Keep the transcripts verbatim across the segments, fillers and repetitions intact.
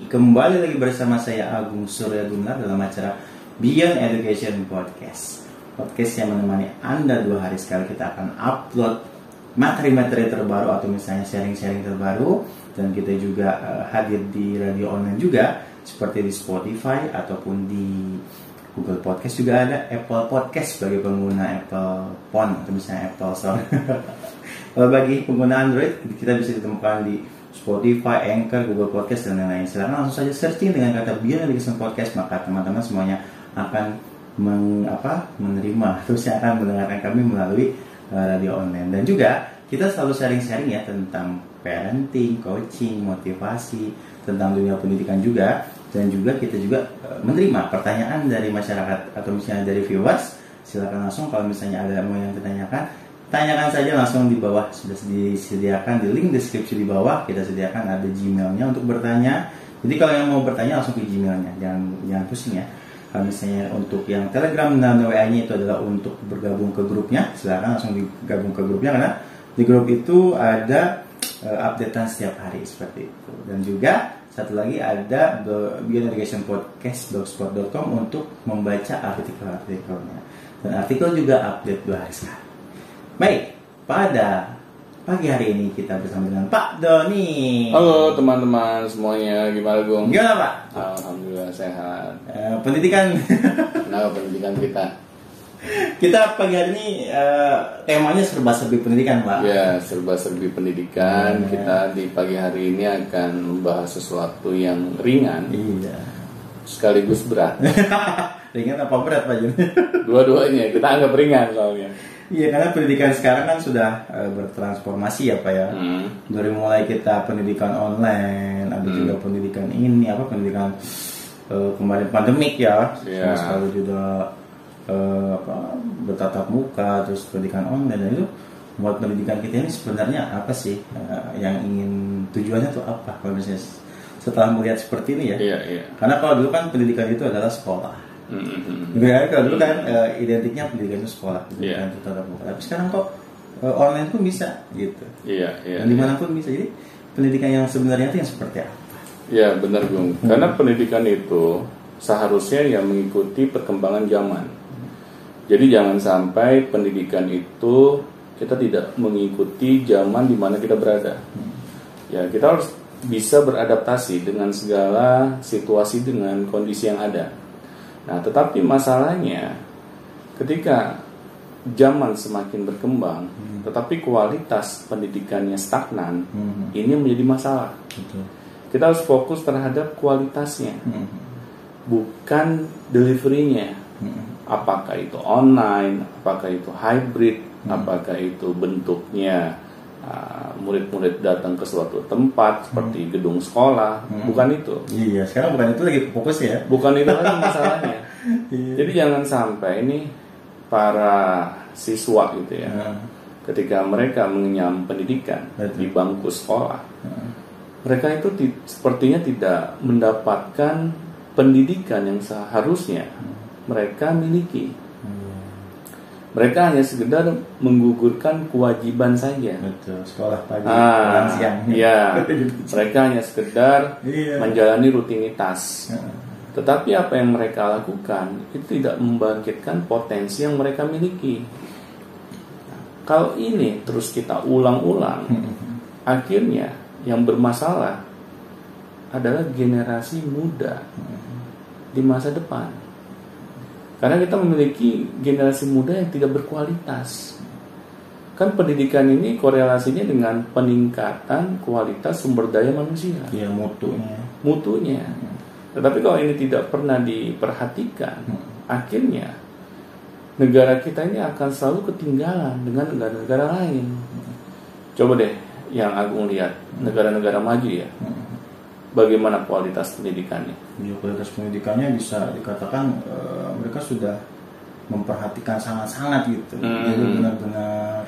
kembali lagi bersama saya Agung Surya Gunar dalam acara Beyond Education Podcast. Podcast yang menemani Anda dua hari sekali. Kita akan upload materi-materi terbaru atau misalnya sharing-sharing terbaru, dan kita juga uh, hadir di radio online juga seperti di Spotify ataupun di Google Podcast, juga ada Apple Podcast bagi pengguna Apple Phone atau misalnya Apple Store. Kalau bagi pengguna Android, kita bisa ditemukan di Spotify, Anchor, Google Podcast, dan lain-lain. Silahkan langsung saja searching dengan kata Beyond Education Podcast, maka teman-teman semuanya akan meng, apa, menerima, terus akan mendengarkan kami melalui uh, radio online. Dan juga kita selalu sharing-sharing ya tentang parenting, coaching, motivasi, tentang dunia pendidikan juga. Dan juga kita juga uh, menerima pertanyaan dari masyarakat atau misalnya dari viewers. Silakan langsung kalau misalnya ada mau yang ditanyakan, tanyakan saja langsung di bawah. Sudah disediakan di link deskripsi di bawah, kita sediakan ada Gmailnya untuk bertanya. Jadi kalau yang mau bertanya langsung ke Gmailnya, jangan jangan pusing ya. Kalau misalnya untuk yang Telegram dan W A-nya itu adalah untuk bergabung ke grupnya, silakan langsung digabung ke grupnya, karena di grup itu ada uh, updatean setiap hari seperti itu. Dan juga satu lagi ada Beyond Education Podcast blogspot dot com untuk membaca artikel-artikelnya. Dan artikel juga update dua hari sekali. Baik, pada pagi hari ini kita bersama dengan Pak Doni. Halo teman-teman semuanya, gimana Gung? Gimana Pak? Alhamdulillah sehat. Uh, pendidikan. Nah, pendidikan kita. Kita pagi hari ini uh, temanya serba-serbi pendidikan, Pak. Ya, serba-serbi pendidikan. Hmm, kita di pagi hari ini akan membahas sesuatu yang ringan. Iya. Sekaligus berat. Ringan apa berat, Pak Jun? Dua-duanya kita anggap ringan soalnya. Iya, karena pendidikan sekarang kan sudah uh, bertransformasi ya Pak ya. Hmm. Dari mulai kita pendidikan online, ada hmm. juga pendidikan ini apa pendidikan uh, kemarin pandemik ya, yeah. sama sekali juga uh, apa, bertatap muka, terus pendidikan online. Dan itu buat pendidikan kita ini sebenarnya apa sih uh, yang ingin tujuannya tuh apa? Kalau misalnya setelah melihat seperti ini ya. Yeah, yeah. Karena kalau dulu kan pendidikan itu adalah sekolah. Mm-hmm. Ya, kalau dulu kan uh, identiknya pendidikan itu sekolah, pendidikan yeah. itu tatap muka. Tapi sekarang kok uh, online pun bisa gitu. Iya, iya. Dan dimanapun bisa. Jadi pendidikan yang sebenarnya itu yang seperti apa? Ya benar Gung. Hmm. Karena pendidikan itu seharusnya yang mengikuti perkembangan zaman. Jadi jangan sampai pendidikan itu kita tidak mengikuti zaman di mana kita berada. Hmm. Ya kita harus bisa beradaptasi dengan segala situasi dengan kondisi yang ada. Nah, tetapi masalahnya ketika zaman semakin berkembang, hmm. tetapi kualitas pendidikannya stagnan, hmm. ini menjadi masalah. Betul. Kita harus fokus terhadap kualitasnya, hmm. bukan deliverynya. Hmm. Apakah itu online, apakah itu hybrid, hmm. apakah itu bentuknya uh, murid-murid datang ke suatu tempat seperti hmm. gedung sekolah, hmm. bukan itu. Iya, sekarang bukan itu lagi fokus ya. Bukan itu lagi masalahnya. Iya. Jadi jangan sampai ini para siswa gitu ya, hmm. ketika mereka mengenyam pendidikan Betul. di bangku sekolah, hmm. mereka itu ti- sepertinya tidak mendapatkan pendidikan yang seharusnya hmm. mereka miliki. Hmm. Mereka hanya sekedar menggugurkan kewajiban saja. Betul, sekolah pagi, ah, siang. Ya, mereka hanya sekedar iya. menjalani rutinitas. Hmm. Tetapi apa yang mereka lakukan itu tidak membangkitkan potensi yang mereka miliki. Nah, kalau ini terus kita ulang-ulang, hmm. akhirnya yang bermasalah adalah generasi muda hmm. di masa depan. Karena kita memiliki generasi muda yang tidak berkualitas. Kan pendidikan ini korelasinya dengan peningkatan kualitas sumber daya manusia. Ya, mutunya. Mutunya. Hmm. Tetapi kalau ini tidak pernah diperhatikan, hmm. akhirnya negara kita ini akan selalu ketinggalan dengan negara-negara lain. Hmm. Coba deh yang Agung lihat, hmm. negara-negara maju ya, hmm. bagaimana kualitas pendidikannya? Ya, kualitas pendidikannya bisa dikatakan uh, mereka sudah memperhatikan sangat-sangat gitu. Hmm. Jadi benar-benar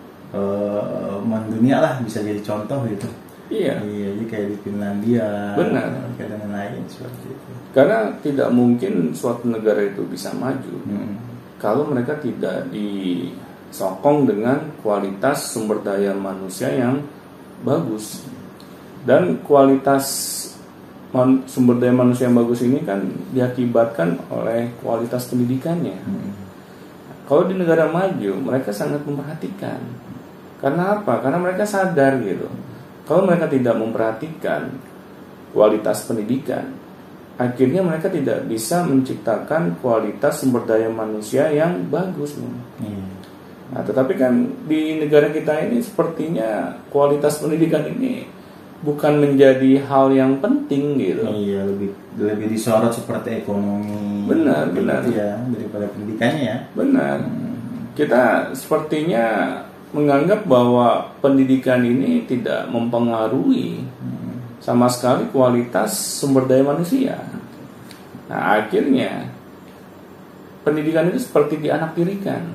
uh, mendunia lah, bisa jadi contoh gitu. Iya. Iya, jadi kayak di Finlandia. Benar. Kayak dan lain seperti itu. Karena tidak mungkin suatu negara itu bisa maju hmm. kalau mereka tidak disokong dengan kualitas sumber daya manusia yang bagus. Dan kualitas man, sumber daya manusia yang bagus ini kan diakibatkan oleh kualitas pendidikannya. Hmm. Kalau di negara maju mereka sangat memperhatikan. Karena apa? Karena mereka sadar gitu. Kalau mereka tidak memperhatikan kualitas pendidikan, akhirnya mereka tidak bisa menciptakan kualitas sumber daya manusia yang bagus. Hmm. Nah, tetapi kan di negara kita ini sepertinya kualitas pendidikan ini bukan menjadi hal yang penting gitu. Iya, lebih lebih disorot seperti ekonomi. Benar, benar ya, daripada pendidikannya ya. Benar. Hmm. Kita sepertinya menganggap bahwa pendidikan ini tidak mempengaruhi hmm. sama sekali kualitas sumber daya manusia. Nah, akhirnya pendidikan itu seperti dianaktirikan.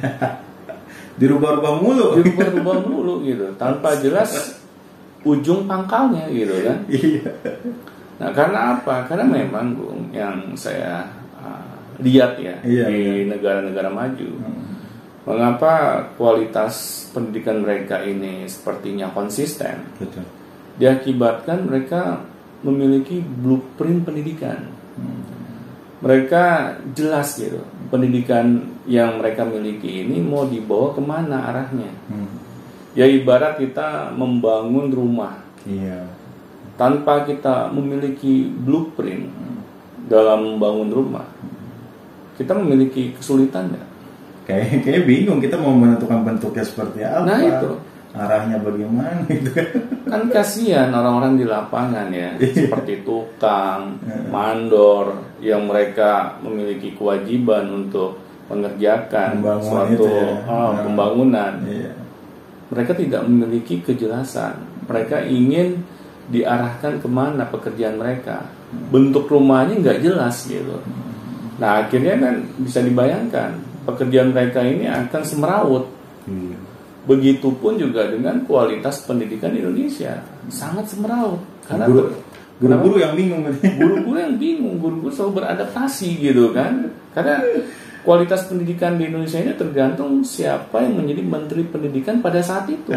dirubah-rubah mulu dirubah-rubah mulu gitu tanpa jelas ujung pangkalnya gitu kan. Nah, karena apa? Karena memang Bung, yang saya uh, lihat ya iya, di iya. negara-negara maju, hmm. mengapa kualitas pendidikan mereka ini sepertinya konsisten. Betul. Diakibatkan mereka memiliki blueprint pendidikan. hmm. Mereka jelas gitu, pendidikan yang mereka miliki ini mau dibawa kemana arahnya. Hmm. Ya ibarat kita membangun rumah. Iya. Tanpa kita memiliki blueprint hmm. dalam membangun rumah, kita memiliki kesulitan nggak? Kayak kayak bingung kita mau menentukan bentuknya seperti apa. Nah itu. Arahnya bagaimana gitu kan kasihan orang-orang di lapangan ya seperti tukang, mandor yang mereka memiliki kewajiban untuk mengerjakan Pembangun suatu ya. oh, nah. pembangunan. Iya. Mereka tidak memiliki kejelasan. Mereka ingin diarahkan kemana pekerjaan mereka. Bentuk rumahnya nggak jelas gitu. Nah akhirnya kan bisa dibayangkan pekerjaan mereka ini akan semrawut. Hmm. Begitupun juga dengan kualitas pendidikan di Indonesia sangat semeraut karena guru, guru-guru yang bingung, guru-guru yang bingung, guru-guru selalu beradaptasi gitu kan, karena kualitas pendidikan di Indonesia ini tergantung siapa yang menjadi menteri pendidikan pada saat itu.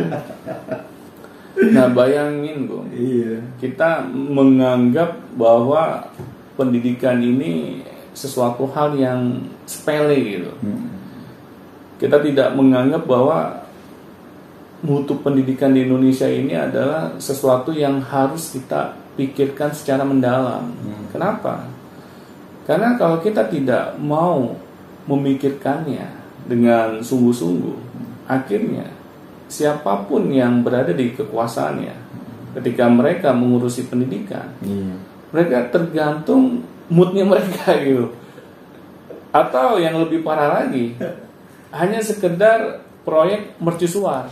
Nah bayangin Bung, iya. kita menganggap bahwa pendidikan ini sesuatu hal yang sepele gitu. Hmm. Kita tidak menganggap bahwa mutu pendidikan di Indonesia ini adalah sesuatu yang harus kita pikirkan secara mendalam. Hmm. Kenapa? Karena kalau kita tidak mau memikirkannya dengan sungguh-sungguh, akhirnya siapapun yang berada di kekuasaannya, ketika mereka mengurusi pendidikan, hmm. mereka tergantung moodnya mereka gitu. Atau yang lebih parah lagi, hanya sekedar proyek mercusuar.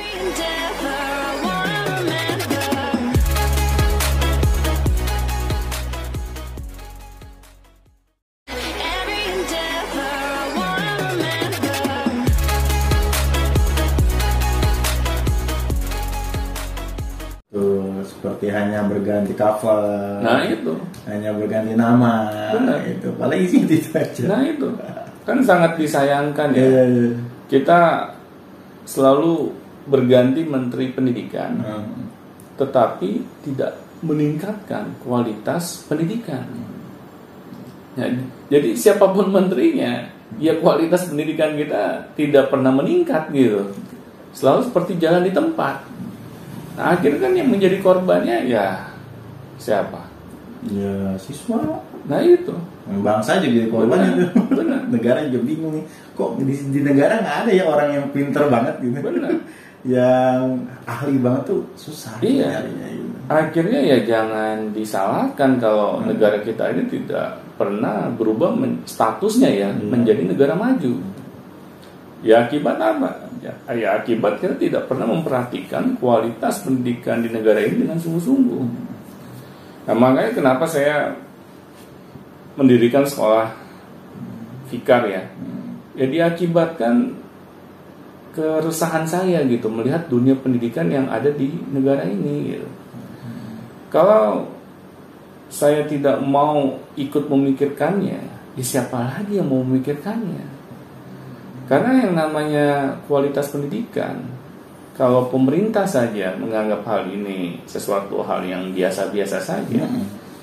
Tuh, seperti hanya berganti cover. Nah itu. Hanya berganti nama. Benar. Itu paling isi itu aja. Nah itu. Kan sangat disayangkan ya. Yeah, yeah. Kita selalu berganti menteri pendidikan, hmm. tetapi tidak meningkatkan kualitas pendidikan. Ya, jadi siapapun menterinya, ya kualitas pendidikan kita tidak pernah meningkat gitu. Selalu seperti jalan di tempat. Nah, akhirnya kan yang menjadi korbannya ya siapa? Ya siswa. Nah itu. Bangsa juga jadi korban itu. Benar. Negara juga bingung nih. Kok di, di negara nggak ada ya orang yang pinter banget gitu. Benar. Yang ahli banget tuh susah. Iya. Gitu. Akhirnya ya jangan disalahkan kalau hmm. negara kita ini tidak pernah berubah men- statusnya ya hmm. menjadi negara maju. Ya akibat apa? Ya, ya akibat kita tidak pernah memperhatikan kualitas pendidikan di negara ini dengan sungguh-sungguh. Nah makanya kenapa saya mendirikan sekolah Fikar ya, ya diakibatkan keresahan saya gitu melihat dunia pendidikan yang ada di negara ini gitu. Kalau saya tidak mau ikut memikirkannya, ya siapa lagi yang mau memikirkannya? Karena yang namanya kualitas pendidikan, kalau pemerintah saja menganggap hal ini sesuatu hal yang biasa-biasa saja, hmm.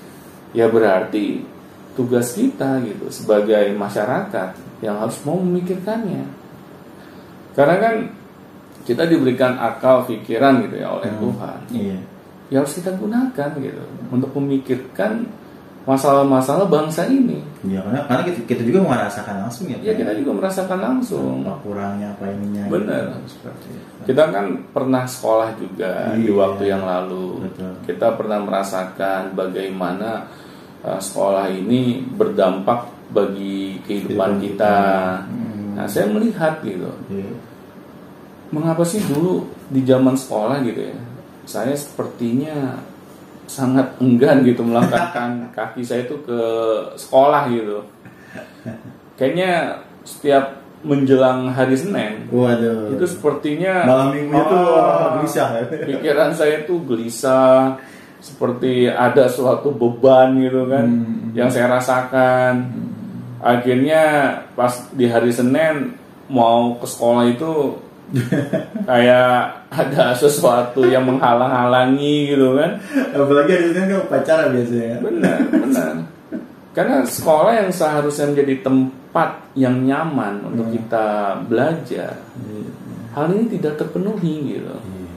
ya berarti tugas kita gitu sebagai masyarakat yang harus mau memikirkannya. Karena kan kita diberikan akal pikiran gitu ya oleh hmm, Tuhan. Iya. Ya harus kita gunakan gitu untuk memikirkan masalah-masalah bangsa ini. Ya karena karena kita, kita juga merasakan langsung ya. Ya kita juga merasakan langsung. Apa kurangnya apa ininya. Benar. Gitu, seperti itu. Kita kan pernah sekolah juga iya, di waktu yang lalu. Betul. Kita pernah merasakan bagaimana uh, sekolah ini berdampak bagi kehidupan kita. Hmm. Nah, saya melihat gitu. Iya. Mengapa sih dulu di zaman sekolah gitu ya, saya sepertinya sangat enggan gitu melangkahkan kaki saya itu ke sekolah gitu. Kayaknya setiap menjelang hari Senin, waduh, itu sepertinya malam minggu itu oh, gelisah. Pikiran saya tuh gelisah, seperti ada suatu beban gitu kan, hmm. yang saya rasakan. Hmm. Akhirnya pas di hari Senin mau ke sekolah itu kayak ada sesuatu yang menghalang-halangi gitu kan. Apalagi hari Senin kan upacara biasanya. Benar, benar. Karena sekolah yang seharusnya menjadi tempat yang nyaman hmm. untuk kita belajar, hmm. hal ini tidak terpenuhi gitu. Hmm.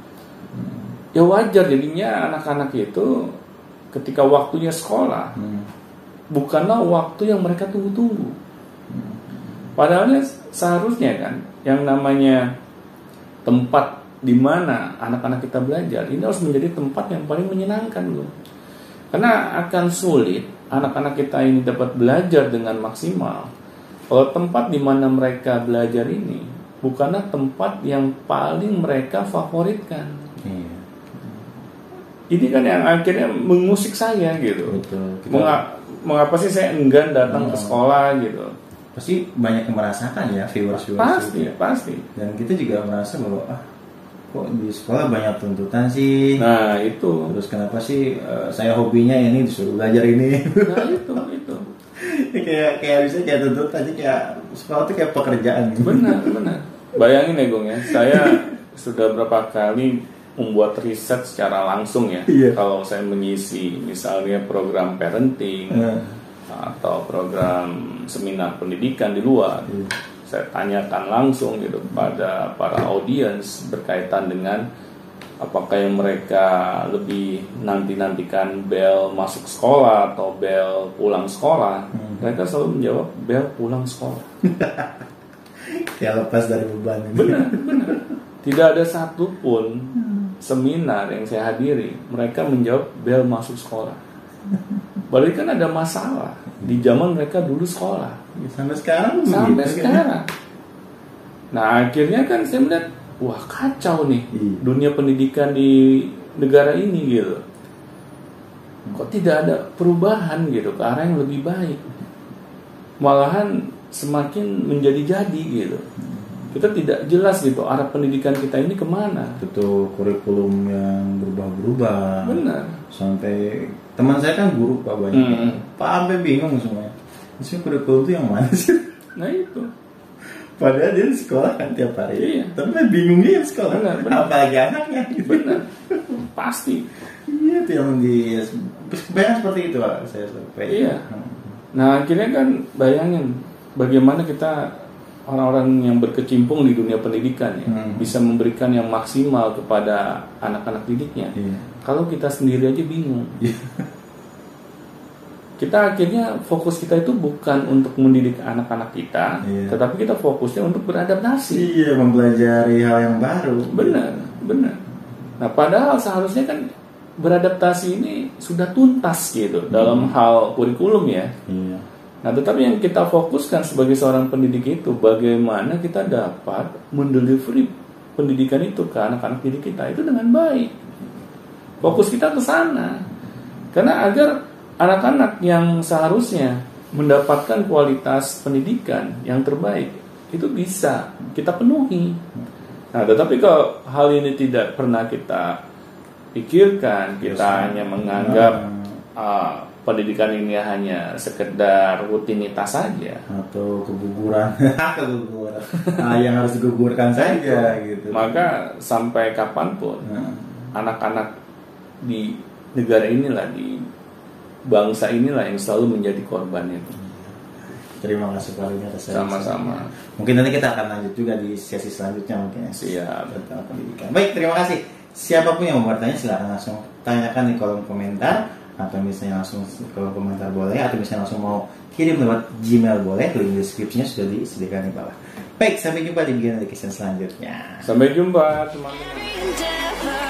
Ya wajar jadinya anak-anak itu ketika waktunya sekolah, hmm. bukanlah waktu yang mereka tunggu-tunggu. Hmm. Padahalnya seharusnya kan yang namanya tempat di mana anak-anak kita belajar ini harus menjadi tempat yang paling menyenangkan loh. Karena akan sulit anak-anak kita ini dapat belajar dengan maksimal kalau tempat di mana mereka belajar ini bukanlah tempat yang paling mereka favoritkan. Hmm. Ini kan yang akhirnya mengusik saya gitu. Betul. Kita... Menga- mengapa sih saya enggan datang oh. ke sekolah gitu? Pasti banyak yang merasakan ya viewers-viewers pasti juga. Pasti dan kita juga merasa bahwa ah kok di sekolah banyak tuntutan sih. Nah itu terus kenapa sih uh, saya hobinya ini disuruh belajar ini. Nah itu itu kayak kayak bisa kayak tuntutan aja kayak sekolah itu kayak pekerjaan. Benar benar. Bayangin ya Gong ya, saya sudah berapa kali membuat riset secara langsung ya. Iya. Kalau saya mengisi misalnya program parenting hmm. atau program seminar pendidikan di luar, hmm. saya tanyakan langsung gitu kepada para audiens berkaitan dengan apakah yang mereka lebih nanti-nantikan bel masuk sekolah atau bel pulang sekolah. Hmm. Mereka selalu menjawab bel pulang sekolah. Ya lepas dari beban ini. Benar, benar. Tidak ada satupun seminar yang saya hadiri mereka menjawab bel masuk sekolah. Berarti kan ada masalah di zaman mereka dulu sekolah. Sampai sekarang. Sampai gitu, sekarang. Kan? Nah akhirnya kan saya melihat, wah kacau nih iya. dunia pendidikan di negara ini gitu. Kok tidak ada perubahan gitu ke arah yang lebih baik. Malahan semakin menjadi-jadi gitu. Kita tidak jelas gitu arah pendidikan kita ini kemana. Betul, kurikulum yang berubah-berubah. Benar. Sampai teman saya kan guru Pak banyak. Hmm. Pak sampai bingung semuanya. Maksudnya kurikulum itu yang mana sih? Nah itu. Padahal dia sekolah kan tiap hari. Iya. Tapi bingung dia sekolah. Benar, benar. Apalagi anaknya. Gitu. Benar. Pasti. Iya itu yang di banyak seperti itu Pak. Saya sampai. Iya. Nah akhirnya kan bayangin bagaimana kita orang-orang yang berkecimpung di dunia pendidikan ya, hmm. bisa memberikan yang maksimal kepada anak-anak didiknya. Yeah. Kalau kita sendiri aja bingung. Yeah. Kita akhirnya fokus kita itu bukan untuk mendidik anak-anak kita, yeah. tetapi kita fokusnya untuk beradaptasi. Iya, yeah, mempelajari hal yang baru. Benar, benar. Nah, padahal seharusnya kan beradaptasi ini sudah tuntas gitu hmm. dalam hal kurikulum ya. Yeah. Nah, tetapi yang kita fokuskan sebagai seorang pendidik itu bagaimana kita dapat mendelivery pendidikan itu ke anak-anak didik kita itu dengan baik. Fokus kita ke sana. Karena agar anak-anak yang seharusnya mendapatkan kualitas pendidikan yang terbaik itu bisa kita penuhi. Nah, tetapi kalau hal ini tidak pernah kita pikirkan, kita yes, hanya menganggap uh, pendidikan ini hanya sekedar rutinitas saja atau keguguran, keguguran nah, yang harus digugurkan saja gitu. Maka sampai kapanpun hmm. anak-anak di negara inilah di bangsa inilah yang selalu menjadi korbannya. Terima kasih Pak Rudi atas Sama-sama. Mungkin nanti kita akan lanjut juga di sesi selanjutnya mungkin ya. Siap. Tentang pendidikan. Baik, terima kasih. Siapapun yang mau bertanya silakan langsung tanyakan di kolom komentar, atau misalnya langsung di kolom komentar boleh, atau misalnya langsung mau kirim lewat Gmail boleh. Link deskripsinya sudah disediakan di bawah. Baik, sampai jumpa di Begin Education selanjutnya. Sampai jumpa teman-teman.